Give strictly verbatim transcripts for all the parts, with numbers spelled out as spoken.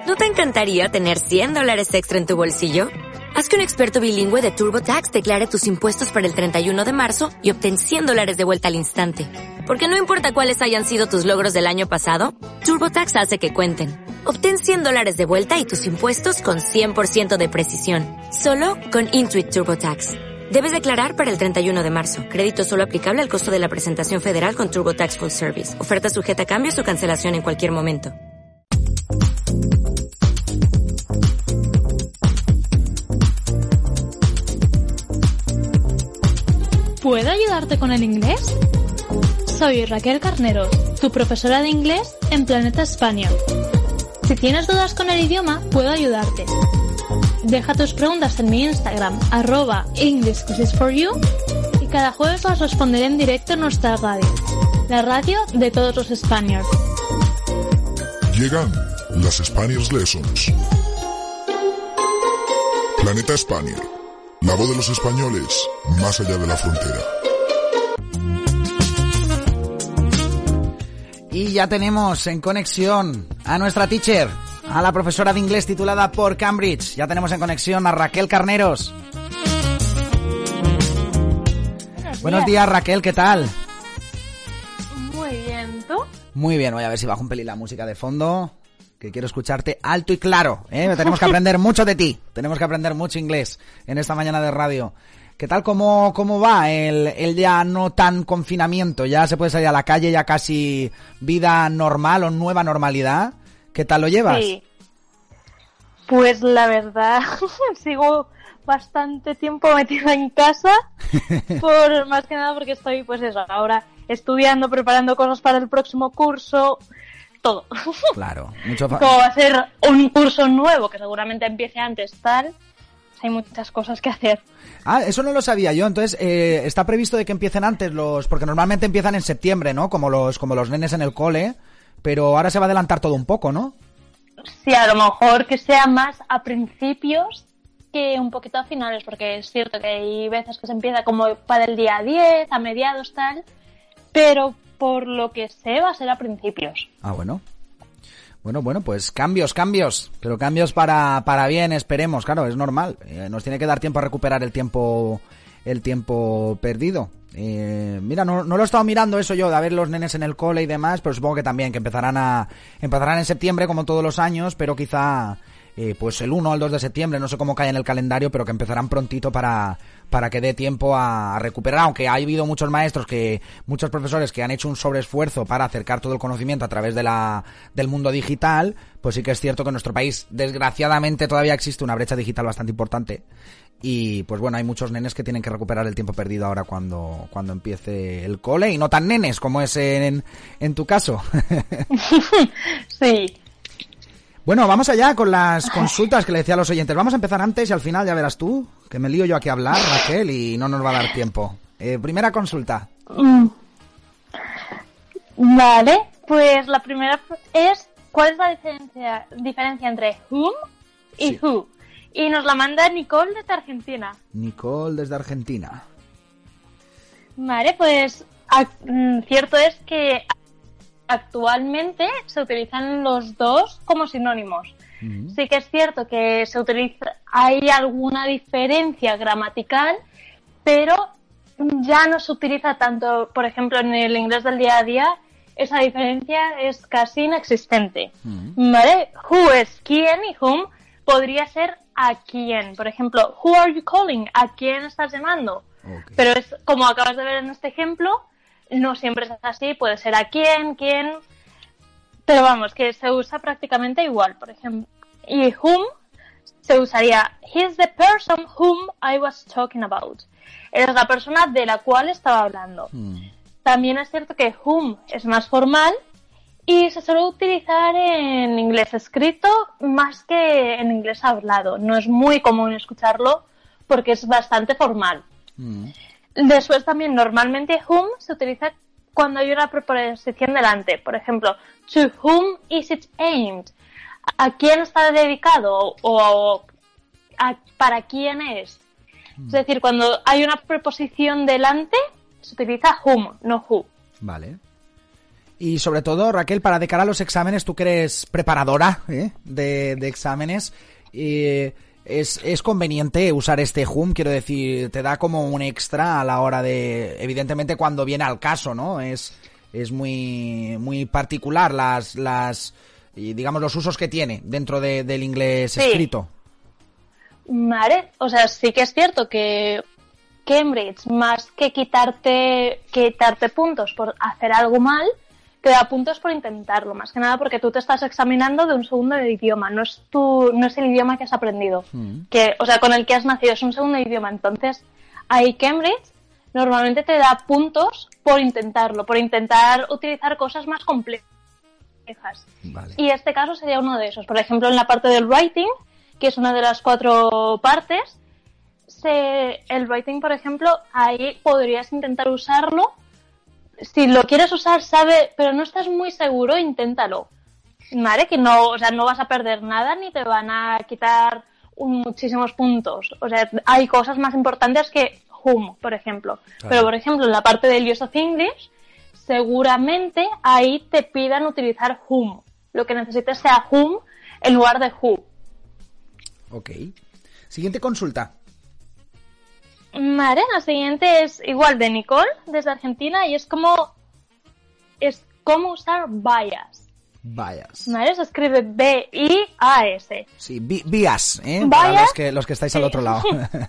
¿No te encantaría tener cien dólares extra en tu bolsillo? Haz que un experto bilingüe de TurboTax declare tus impuestos para el treinta y uno de marzo y obtén cien dólares de vuelta al instante. Porque no importa cuáles hayan sido tus logros del año pasado, TurboTax hace que cuenten. Obtén cien dólares de vuelta y tus impuestos con cien por ciento de precisión. Solo con Intuit TurboTax. Debes declarar para el treinta y uno de marzo. Crédito solo aplicable al costo de la presentación federal con TurboTax Full Service. Oferta sujeta a cambios o cancelación en cualquier momento. ¿Puedo ayudarte con el inglés? Soy Raquel Carneros, tu profesora de inglés en Planeta Español. Si tienes dudas con el idioma, puedo ayudarte. Deja tus preguntas en mi Instagram, arroba English Quizzes for You, y cada jueves las responderé en directo en nuestra radio, la radio de todos los Spaniards. Llegan las Spaniards Lessons. Planeta Español, la voz de los españoles más allá de la frontera. Y ya tenemos en conexión a nuestra teacher, a la profesora de inglés titulada por Cambridge. Ya tenemos en conexión a Raquel Carneros. Buenos días, Buenos días Raquel, ¿qué tal? Muy bien, ¿tú? Muy bien, voy a ver si bajo un pelín la música de fondo, que quiero escucharte alto y claro, ¿eh? Tenemos que aprender mucho de ti, tenemos que aprender mucho inglés en esta mañana de radio. ¿Qué tal? ¿Cómo, cómo va el, el ya no tan confinamiento? ¿Ya se puede salir a la calle, ya casi vida normal o nueva normalidad? ¿Qué tal lo llevas? Sí. Pues la verdad, sigo bastante tiempo metida en casa, por más que nada porque estoy, pues eso, ahora estudiando, preparando cosas para el próximo curso, todo. Claro, mucho fa- Como va a ser un curso nuevo, que seguramente empiece antes, tal, hay muchas cosas que hacer. Ah, eso no lo sabía yo. Entonces, eh, está previsto de que empiecen antes los... Porque normalmente empiezan en septiembre, ¿no? Como los como los nenes en el cole. Pero ahora se va a adelantar todo un poco, ¿no? Sí, a lo mejor que sea más a principios que un poquito a finales, porque es cierto que hay veces que se empieza como para el día diez, a mediados, tal, pero por lo que sé va a ser a principios. Ah, bueno. Bueno, bueno, pues cambios, cambios. Pero cambios para, para bien, esperemos. Claro, es normal. Eh, nos tiene que dar tiempo a recuperar el tiempo el tiempo perdido. Eh, mira, no, no lo he estado mirando eso yo, de a ver los nenes en el cole y demás, pero supongo que también, que empezarán a empezarán en septiembre como todos los años, pero quizá eh, pues el uno o el dos de septiembre, no sé cómo cae en el calendario, pero que empezarán prontito para para que dé tiempo a, a recuperar, aunque ha habido muchos maestros, que muchos profesores que han hecho un sobreesfuerzo para acercar todo el conocimiento a través de la del mundo digital, pues sí que es cierto que en nuestro país, desgraciadamente, todavía existe una brecha digital bastante importante. Y pues bueno, hay muchos nenes que tienen que recuperar el tiempo perdido ahora cuando, cuando empiece el cole, y no tan nenes como es en, en tu caso. Sí. Bueno, vamos allá con las consultas que le decía a los oyentes. Vamos a empezar antes y al final ya verás tú, que me lío yo aquí a hablar, Raquel, y no nos va a dar tiempo. Eh, primera consulta. Mm. Vale, pues la primera es, ¿cuál es la diferencia, diferencia entre whom y Sí. who? Y nos la manda Nicole desde Argentina. Nicole desde Argentina. Vale, pues a- mm, cierto es que actualmente se utilizan los dos como sinónimos. Mm. Sí que es cierto que se utiliza, hay alguna diferencia gramatical, pero ya no se utiliza tanto, por ejemplo, en el inglés del día a día, esa diferencia es casi inexistente. Mm. ¿Vale? Who es quién y whom podría ser a quién. Por ejemplo, who are you calling? ¿A quién estás llamando? Okay. Pero es como acabas de ver en este ejemplo, no siempre es así, puede ser a quién, quién, pero vamos, que se usa prácticamente igual, por ejemplo. Y whom se usaría, he's the person whom I was talking about. Es la persona de la cual estaba hablando. Mm. También es cierto que whom es más formal y se suele utilizar en inglés escrito más que en inglés hablado. No es muy común escucharlo porque es bastante formal. Mm. Después también normalmente whom se utiliza cuando hay una preposición delante. Por ejemplo, to whom is it aimed? ¿A quién está dedicado? O a, ¿para quién es? Es decir, cuando hay una preposición delante se utiliza whom, no who. Vale. Y sobre todo, Raquel, para de cara a los exámenes, tú que eres preparadora ¿eh? de, de exámenes, eh, es, es conveniente usar este Hum, quiero decir, te da como un extra a la hora de, evidentemente cuando viene al caso, ¿no? Es, es muy, muy particular las, las, digamos, los usos que tiene dentro de, del inglés sí. escrito. Vale, o sea, sí que es cierto que Cambridge, más que quitarte, quitarte puntos por hacer algo mal, te da puntos por intentarlo, más que nada porque tú te estás examinando de un segundo idioma, no es tu, no es el idioma que has aprendido, mm. que, o sea, con el que has nacido, es un segundo idioma. Entonces, ahí Cambridge normalmente te da puntos por intentarlo, por intentar utilizar cosas más complejas. Vale. Y este caso sería uno de esos. Por ejemplo, en la parte del writing, que es una de las cuatro partes, se, el writing, por ejemplo, ahí podrías intentar usarlo. Si lo quieres usar, sabe, pero no estás muy seguro, inténtalo. ¿Vale? Que no, o sea, no vas a perder nada ni te van a quitar un, muchísimos puntos. O sea, hay cosas más importantes que Hum, por ejemplo. Claro. Pero, por ejemplo, en la parte del use of English, seguramente ahí te pidan utilizar Hum. Lo que necesites sea Hum en lugar de Who. Ok. Siguiente consulta. Vale, la siguiente es igual de Nicole, desde Argentina, y es como es cómo usar bias. Bias. Vale, se escribe B I A S. Sí, bi- bias, ¿eh? Bias, para los que, los que estáis sí. al otro lado.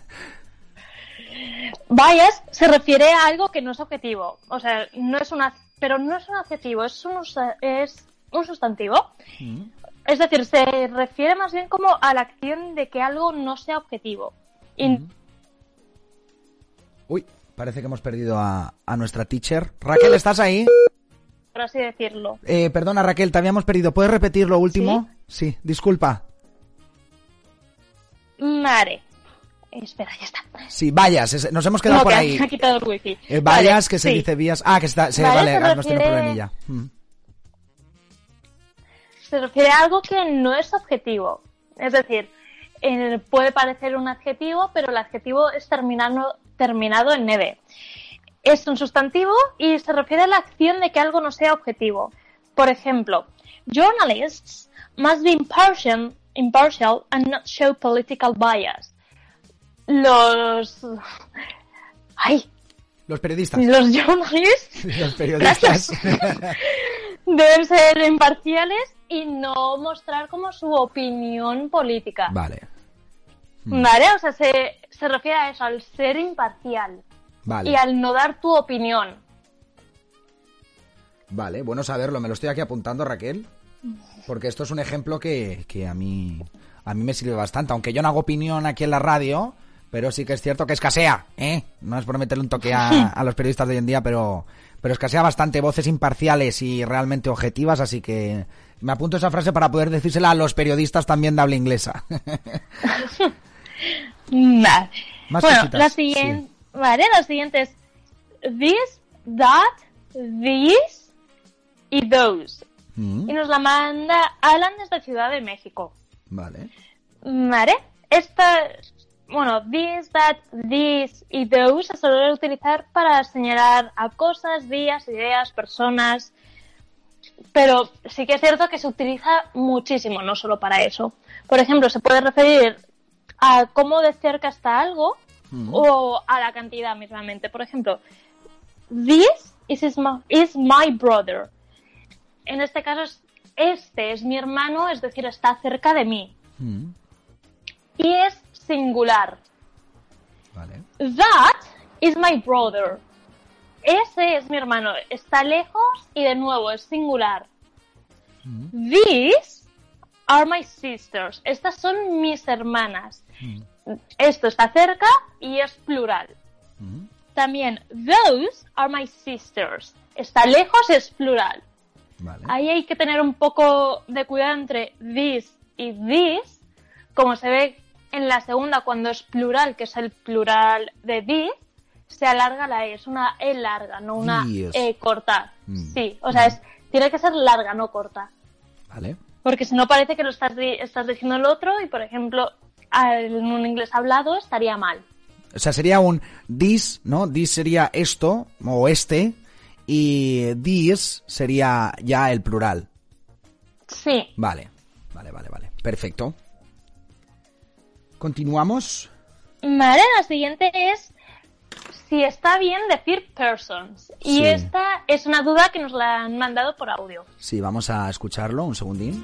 Bias se refiere a algo que no es objetivo. O sea, no es una, pero no es un adjetivo, es un, es un sustantivo. Mm. Es decir, se refiere más bien como a la acción de que algo no sea objetivo. Y mm. Uy, parece que hemos perdido a, a nuestra teacher. Raquel, ¿estás ahí? Por así decirlo. Eh, perdona, Raquel, te habíamos perdido. ¿Puedes repetir lo último? Sí, sí, disculpa. Vale. Espera, ya está. Sí, vallas, nos hemos quedado no, por que ahí. Me ha quitado el wifi. Eh, vallas, vale, que se sí. dice vías. Ah, que está, se, vale, vale, se nos refiere... tiene un problemilla. Mm. Se refiere a algo que no es objetivo. Es decir, eh, puede parecer un adjetivo, pero el adjetivo es terminado, terminado en ed. Es un sustantivo y se refiere a la acción de que algo no sea objetivo. Por ejemplo, journalists must be impartial, impartial and not show political bias. Los... ¡Ay! Los periodistas. Los journalists. Los periodistas. Deben ser imparciales y no mostrar como su opinión política. Vale. Vale, o sea, se, se refiere a eso, al ser imparcial. Vale. Y al no dar tu opinión. Vale, bueno saberlo, me lo estoy aquí apuntando, Raquel, porque esto es un ejemplo que, que a mí a mí me sirve bastante, aunque yo no hago opinión aquí en la radio, pero sí que es cierto que escasea, ¿eh? No es por meterle un toque a, a los periodistas de hoy en día, pero, pero escasea bastante voces imparciales y realmente objetivas, así que me apunto esa frase para poder decírsela a los periodistas también de habla inglesa. Vale. Más bueno, cositas. la siguiente, sí. Vale, la siguiente es this, that, these y those. Mm. Y nos la manda Alan desde Ciudad de México. Vale. Vale. Esta, bueno, this, that, these y those se suele utilizar para señalar a cosas, días, ideas, personas. Pero sí que es cierto que se utiliza muchísimo, no solo para eso. Por ejemplo, se puede referir a cómo de cerca está algo mm. o a la cantidad mismamente. Por ejemplo, this is my, is my brother. En este caso, es, este es mi hermano, es decir, está cerca de mí. Mm. Y es singular. Vale. That is my brother. Ese es mi hermano, está lejos y de nuevo es singular. Mm. These are my sisters. Estas son mis hermanas. Mm. Esto está cerca y es plural. Mm. También, those are my sisters. Está lejos y es plural. Vale. Ahí hay que tener un poco de cuidado entre this y this. Como se ve en la segunda cuando es plural, que es el plural de this, se alarga la E, es una E larga, no una yes. E corta. Mm. Sí, o sea, es, tiene que ser larga, no corta. Vale. Porque si no parece que lo estás, estás diciendo el otro y, por ejemplo, en un inglés hablado estaría mal. O sea, sería un this, ¿no? This sería esto o este y these sería ya el plural. Sí. Vale, vale, vale, vale. Perfecto. Continuamos. Vale, la siguiente es si está bien decir persons. Y Sí. esta es una duda que nos la han mandado por audio. Sí, vamos a escucharlo, un segundín.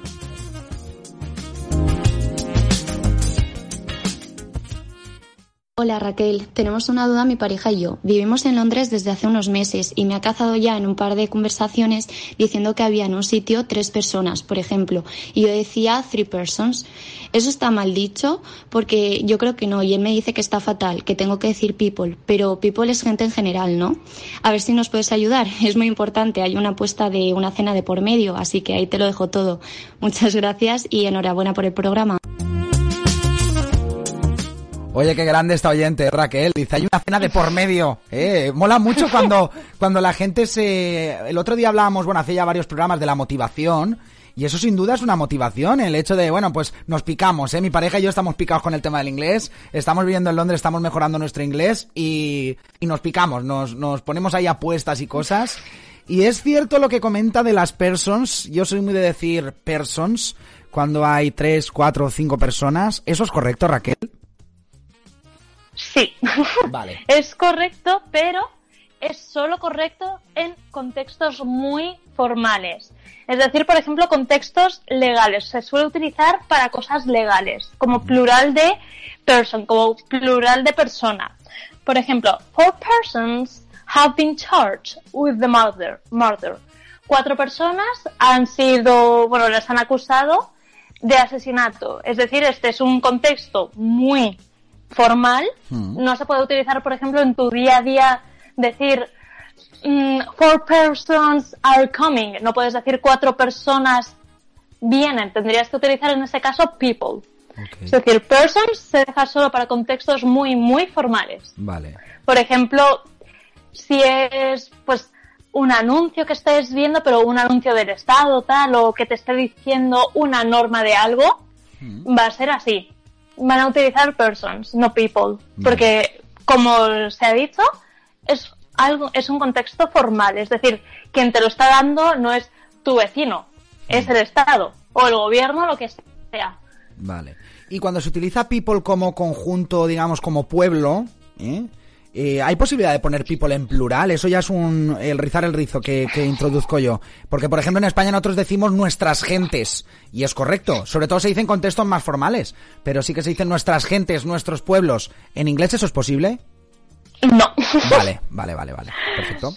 Hola Raquel, tenemos una duda mi pareja y yo. Vivimos en Londres desde hace unos meses y me ha cazado ya en un par de conversaciones diciendo que había en un sitio tres personas, por ejemplo, y yo decía three persons. Eso está mal dicho porque yo creo que no, y él me dice que está fatal, que tengo que decir people, pero people es gente en general, ¿no? A ver si nos puedes ayudar, es muy importante, hay una apuesta de una cena de por medio, así que ahí te lo dejo todo. Muchas gracias y enhorabuena por el programa. Oye, qué grande esta oyente, Raquel. Dice, hay una cena de por medio. Eh, mola mucho cuando, cuando la gente se... El otro día hablábamos, bueno, hace ya varios programas de la motivación. Y eso sin duda es una motivación, el hecho de, bueno, pues nos picamos, ¿eh? Mi pareja y yo estamos picados con el tema del inglés. Estamos viviendo en Londres, estamos mejorando nuestro inglés y, y nos picamos. Nos, nos ponemos ahí apuestas y cosas. Y es cierto lo que comenta de las persons. Yo soy muy de decir persons cuando hay tres, cuatro o cinco personas. ¿Eso es correcto, Raquel? Sí. Vale. Es correcto, pero es solo correcto en contextos muy formales. Es decir, por ejemplo, contextos legales. Se suele utilizar para cosas legales, como plural de person, como plural de persona. Por ejemplo, four persons have been charged with the murder. murder. Cuatro personas han sido, bueno, les han acusado de asesinato. Es decir, este es un contexto muy formal. Mm. No se puede utilizar, por ejemplo, en tu día a día decir mm, four persons are coming. No puedes decir cuatro personas vienen. Tendrías que utilizar en ese caso people. Okay. Es decir, persons se deja solo para contextos muy, muy formales. Vale. Por ejemplo, si es, pues, un anuncio que estés viendo, pero un anuncio del Estado, tal, o que te esté diciendo una norma de algo, mm. va a ser así. Van a utilizar persons, no people, porque, como se ha dicho, es algo, es un contexto formal, es decir, quien te lo está dando no es tu vecino, es el Estado, o el gobierno, lo que sea. Vale. Y cuando se utiliza people como conjunto, digamos, como pueblo, ¿eh? Eh, ¿hay posibilidad de poner people en plural? Eso ya es un el rizar el rizo que, que introduzco yo. Porque, por ejemplo, en España nosotros decimos nuestras gentes. Y es correcto. Sobre todo se dice en contextos más formales. Pero sí que se dicen nuestras gentes, nuestros pueblos. ¿En inglés eso es posible? No. Vale, vale, vale, vale. Perfecto.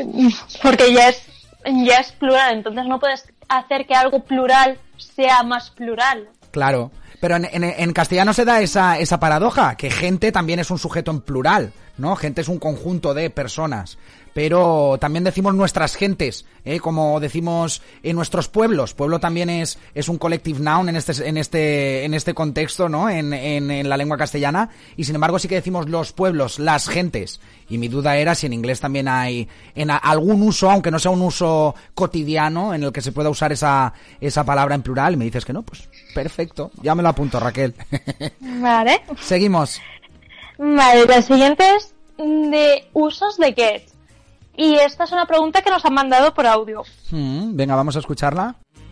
Porque ya es, ya es plural. Entonces no puedes hacer que algo plural sea más plural. Claro. Pero en, en, en castellano se da esa, esa paradoja, que gente también es un sujeto en plural, ¿no? Gente es un conjunto de personas. Pero también decimos nuestras gentes, ¿eh? Como decimos en nuestros pueblos. Pueblo también es, es un collective noun en este, en este, en este contexto, ¿no? En, en, en la lengua castellana. Y sin embargo sí que decimos los pueblos, las gentes. Y mi duda era si en inglés también hay en a, algún uso, aunque no sea un uso cotidiano, en el que se pueda usar esa, esa palabra en plural. Y me dices que no, pues perfecto. Ya me lo apunto, Raquel. Vale. Seguimos. Vale, la siguiente es de usos de get. Y esta es una pregunta que nos han mandado por audio. Mm, venga, vamos a escucharla.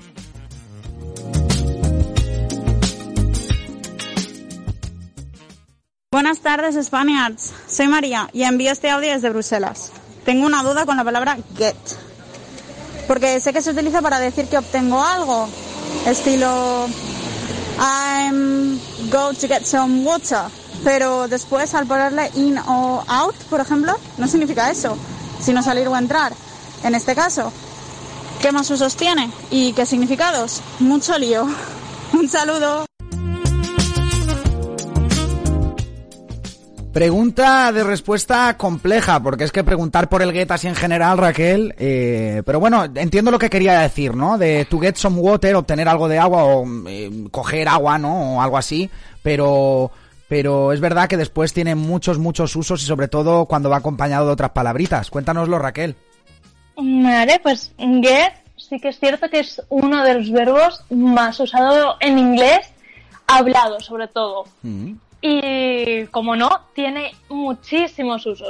Buenas tardes, Spaniards. Soy María y envío este audio desde Bruselas. Tengo una duda con la palabra get. Porque sé que se utiliza para decir que obtengo algo. Estilo I'm go to get some water. Pero después al ponerle in o out, por ejemplo, no significa eso, sino salir o entrar. En este caso, ¿qué más usos tiene? ¿Y qué significados? Mucho lío. Un saludo. Pregunta de respuesta compleja, porque es que preguntar por el get así en general, Raquel, eh, pero bueno, entiendo lo que quería decir, ¿no? De to get some water, obtener algo de agua o eh, coger agua, ¿no? O algo así, pero... Pero es verdad que después tiene muchos, muchos usos y sobre todo cuando va acompañado de otras palabritas. Cuéntanoslo, Raquel. Vale, pues get sí que es cierto que es uno de los verbos más usados en inglés, hablado sobre todo. Mm. Y como no, tiene muchísimos usos. O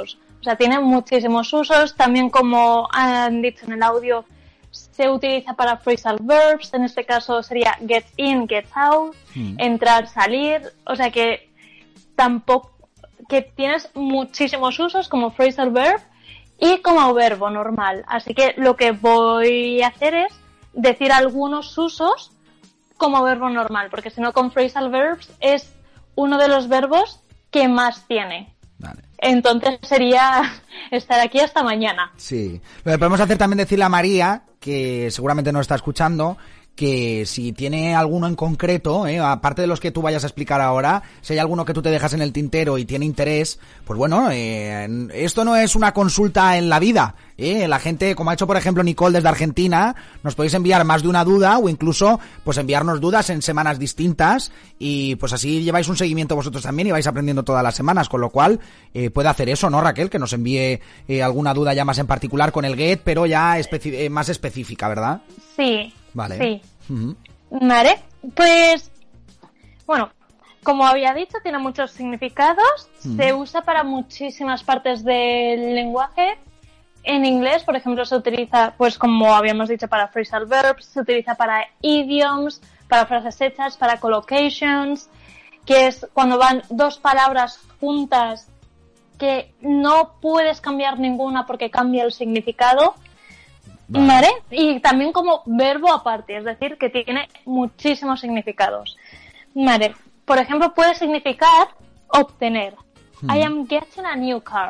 sea, tiene muchísimos usos. También, como han dicho en el audio, se utiliza para phrasal verbs. En este caso sería get in, get out, mm. entrar, salir. O sea que tampoco, que tienes muchísimos usos como phrasal verb y como verbo normal. Así que lo que voy a hacer es decir algunos usos como verbo normal, porque si no, con phrasal verbs es uno de los verbos que más tiene. Vale. Entonces sería estar aquí hasta mañana. Sí. Lo que podemos hacer también decirle a María, que seguramente nos está escuchando, que si tiene alguno en concreto, ¿eh? aparte de los que tú vayas a explicar ahora, si hay alguno que tú te dejas en el tintero y tiene interés, pues bueno, eh, esto no es una consulta en la vida, ¿eh? La gente, como ha hecho por ejemplo Nicole desde Argentina, nos podéis enviar más de una duda o incluso pues enviarnos dudas en semanas distintas y pues así lleváis un seguimiento vosotros también y vais aprendiendo todas las semanas, con lo cual eh, puede hacer eso, ¿no, Raquel? Que nos envíe eh, alguna duda ya más en particular con el get, pero ya especi- eh, más específica, ¿verdad? Sí. Vale. Sí. Uh-huh. Vale, pues bueno, como había dicho, tiene muchos significados, uh-huh. se usa para muchísimas partes del lenguaje. En inglés, por ejemplo, se utiliza, pues como habíamos dicho, para phrasal verbs, se utiliza para idioms, para frases hechas, para collocations, que es cuando van dos palabras juntas que no puedes cambiar ninguna porque cambia el significado. Vale. ¿Vale? Y también como verbo aparte, es decir, que tiene muchísimos significados. Vale. Por ejemplo, puede significar obtener. Hmm. I am getting a new car.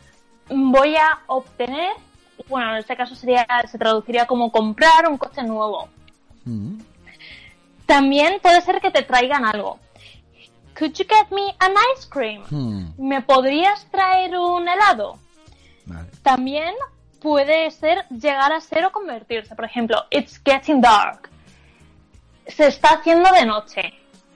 Voy a obtener, bueno, en este caso sería, se traduciría como comprar un coche nuevo. Hmm. También puede ser que te traigan algo. Could you get me an ice cream? Hmm. ¿Me podrías traer un helado? Vale. También puede ser llegar a ser o convertirse. Por ejemplo, it's getting dark. Se está haciendo de noche.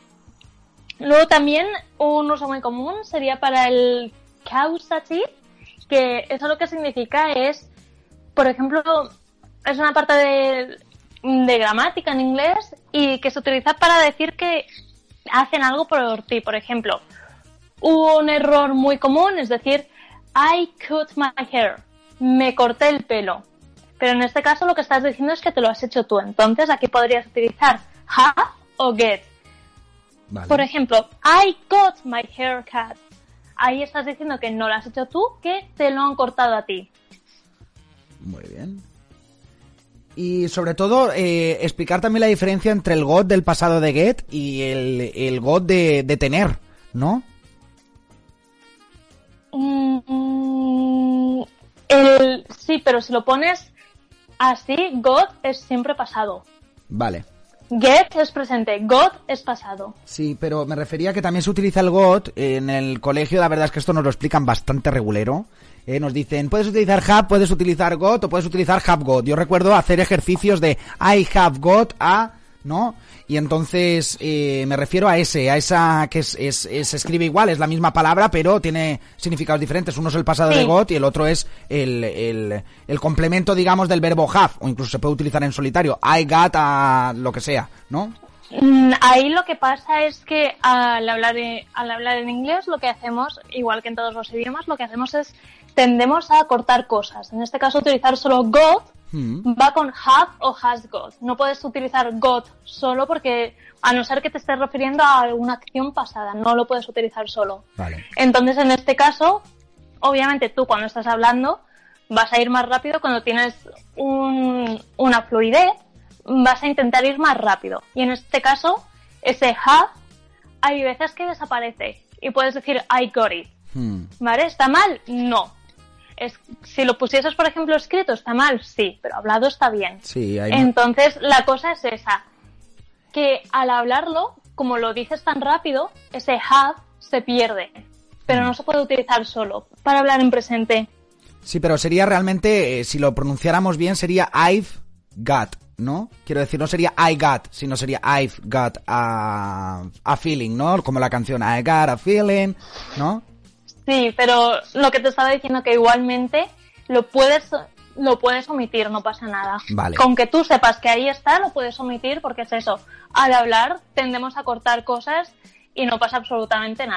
Luego también un uso muy común sería para el causative, que eso lo que significa es, por ejemplo, es una parte de, de gramática en inglés y que se utiliza para decir que hacen algo por ti. Por ejemplo, un error muy común es decir, I cut my hair. Me corté el pelo. Pero en este caso lo que estás diciendo es que te lo has hecho tú. Entonces aquí podrías utilizar have o get. Vale. Por ejemplo, I got my hair cut. Ahí estás diciendo que no lo has hecho tú, que te lo han cortado a ti. Muy bien. Y sobre todo, eh, explicar también la diferencia entre el got del pasado de get y el, el got de, de tener, ¿no? Mm, el, sí, pero si lo pones así, got es siempre pasado. Vale. Get es presente, got es pasado. Sí, pero me refería a que también se utiliza el got en el colegio. La verdad es que esto nos lo explican bastante regulero. Eh, nos dicen, puedes utilizar have, puedes utilizar got o puedes utilizar have got. Yo recuerdo hacer ejercicios de I have got a, ¿no? Y entonces eh, me refiero a ese, a esa que es, es, es, se escribe igual, es la misma palabra, pero tiene significados diferentes. Uno es el pasado sí. de got y el otro es el, el, el complemento, digamos, del verbo have, o incluso se puede utilizar en solitario. I got a lo que sea, ¿no? Ahí lo que pasa es que al hablar, de, al hablar en inglés lo que hacemos, igual que en todos los idiomas, lo que hacemos es tendemos a cortar cosas. En este caso utilizar solo got mm. va con have o has got. No puedes utilizar got solo porque a no ser que te estés refiriendo a alguna acción pasada, no lo puedes utilizar solo. Vale. Entonces en este caso, obviamente tú cuando estás hablando vas a ir más rápido cuando tienes un, una fluidez. Vas a intentar ir más rápido. Y en este caso, ese have, hay veces que desaparece. Y puedes decir, I got it. Hmm. ¿Vale? ¿Está mal? No. Es, si lo pusieses, por ejemplo, escrito, ¿está mal? Sí, pero hablado está bien. Sí, hay... Entonces, la cosa es esa. Que al hablarlo, como lo dices tan rápido, ese have se pierde. Pero hmm. no se puede utilizar solo para hablar en presente. Sí, pero sería realmente, eh, si lo pronunciáramos bien, sería I've got. ¿No? Quiero decir, no sería I got, sino sería I've got a, a feeling, ¿no? Como la canción I got a feeling, ¿no? Sí, pero lo que te estaba diciendo que igualmente lo puedes lo puedes omitir, no pasa nada. Vale. Con que tú sepas que ahí está, lo puedes omitir porque es eso. Al hablar tendemos a cortar cosas y no pasa absolutamente nada.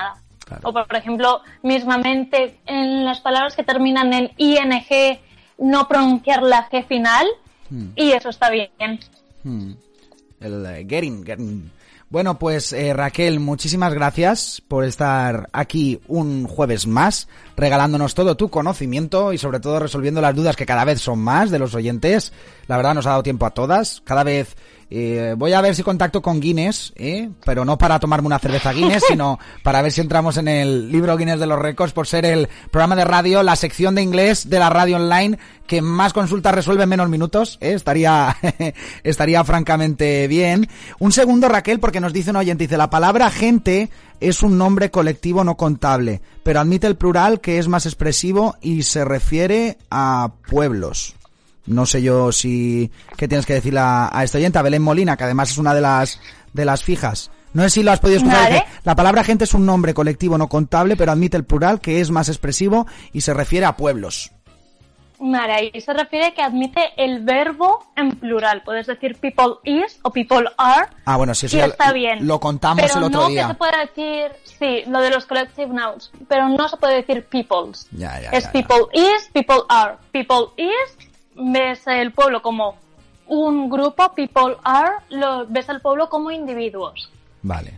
Claro. O, por ejemplo, mismamente en las palabras que terminan en ing, no pronunciar la G final, hmm. y eso está bien. Hmm. El uh, getting, getting. Bueno, pues eh, Raquel, muchísimas gracias por estar aquí un jueves más, regalándonos todo tu conocimiento y sobre todo resolviendo las dudas que cada vez son más de los oyentes. La verdad nos ha dado tiempo a todas. Cada vez eh, voy a ver si contacto con Guinness, ¿eh? Pero no para tomarme una cerveza Guinness, sino para ver si entramos en el libro Guinness de los récords por ser el programa de radio, la sección de inglés de la radio online que más consultas resuelve en menos minutos, ¿eh? Estaría, estaría francamente bien. Un segundo, Raquel, porque nos dice un oyente, dice, la palabra gente es un nombre colectivo no contable, pero admite el plural que es más expresivo y se refiere a pueblos. No sé yo si, ¿qué tienes que decirle a, a este oyente? A Belén Molina, que además es una de las, de las fijas. No sé si lo has podido escuchar. Vale. La palabra gente es un nombre colectivo no contable, pero admite el plural que es más expresivo y se refiere a pueblos. Vale, ahí se refiere que admite el verbo en plural. Puedes decir people is o people are. Ah, bueno, si eso y ya está bien. Lo contamos pero el otro no día. Que se puede decir, sí, lo de los collective nouns, pero no se puede decir peoples. Ya, ya, es ya, people ya. is, people are. People is, ves el pueblo como un grupo, people are, lo, ves el pueblo como individuos. Vale.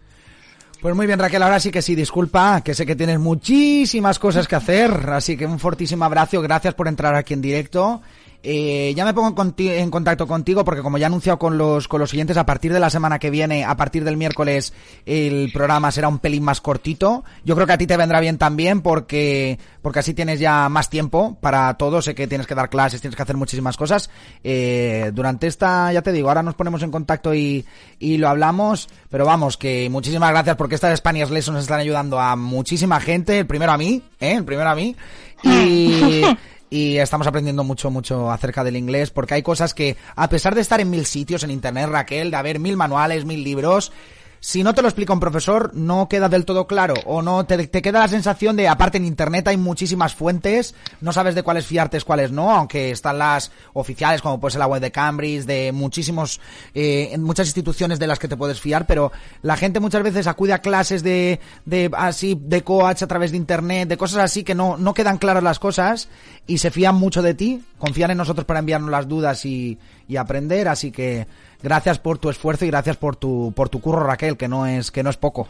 Pues muy bien, Raquel, ahora sí que sí, disculpa, que sé que tienes muchísimas cosas que hacer, así que un fortísimo abrazo, gracias por entrar aquí en directo. Eh, ya me pongo en, conti- en contacto contigo porque como ya he anunciado con los con los siguientes, a partir de la semana que viene, a partir del miércoles, el programa será un pelín más cortito. Yo creo que a ti te vendrá bien también porque porque así tienes ya más tiempo para todo. Sé que tienes que dar clases, tienes que hacer muchísimas cosas. Eh, durante esta, ya te digo, ahora nos ponemos en contacto y, y lo hablamos. Pero vamos, que muchísimas gracias porque estas Spanish Lessons están ayudando a muchísima gente. El primero a mí, ¿eh? El primero a mí. Y... Y estamos aprendiendo mucho, mucho acerca del inglés, porque hay cosas que, a pesar de estar en mil sitios en internet, Raquel, de haber mil manuales, mil libros, si no te lo explica un profesor, no queda del todo claro, o no te, te queda la sensación de, aparte en internet hay muchísimas fuentes, no sabes de cuáles fiarte, cuáles no, aunque están las oficiales, como puede ser la web de Cambridge, de muchísimos, eh, en muchas instituciones de las que te puedes fiar, pero la gente muchas veces acude a clases de, de, así, de coach a través de internet, de cosas así que no, no quedan claras las cosas, y se fían mucho de ti, confían en nosotros para enviarnos las dudas y, y aprender, así que gracias por tu esfuerzo y gracias por tu por tu curro, Raquel, que no es que no es poco.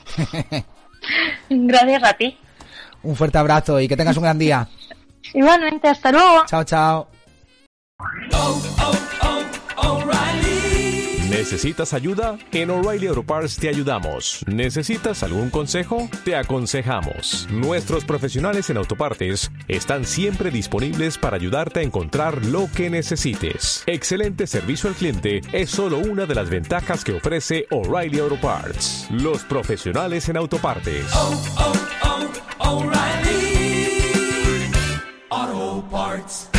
Gracias a ti. Un fuerte abrazo y que tengas un gran día. Igualmente, hasta luego. Chao, chao. Oh, oh, oh, O'Reilly. ¿Necesitas ayuda? En O'Reilly Auto Parts te ayudamos. ¿Necesitas algún consejo? Te aconsejamos. Nuestros profesionales en autopartes están siempre disponibles para ayudarte a encontrar lo que necesites. Excelente servicio al cliente es solo una de las ventajas que ofrece O'Reilly Auto Parts. Los profesionales en autopartes. Oh, oh, oh, O'Reilly Auto Parts.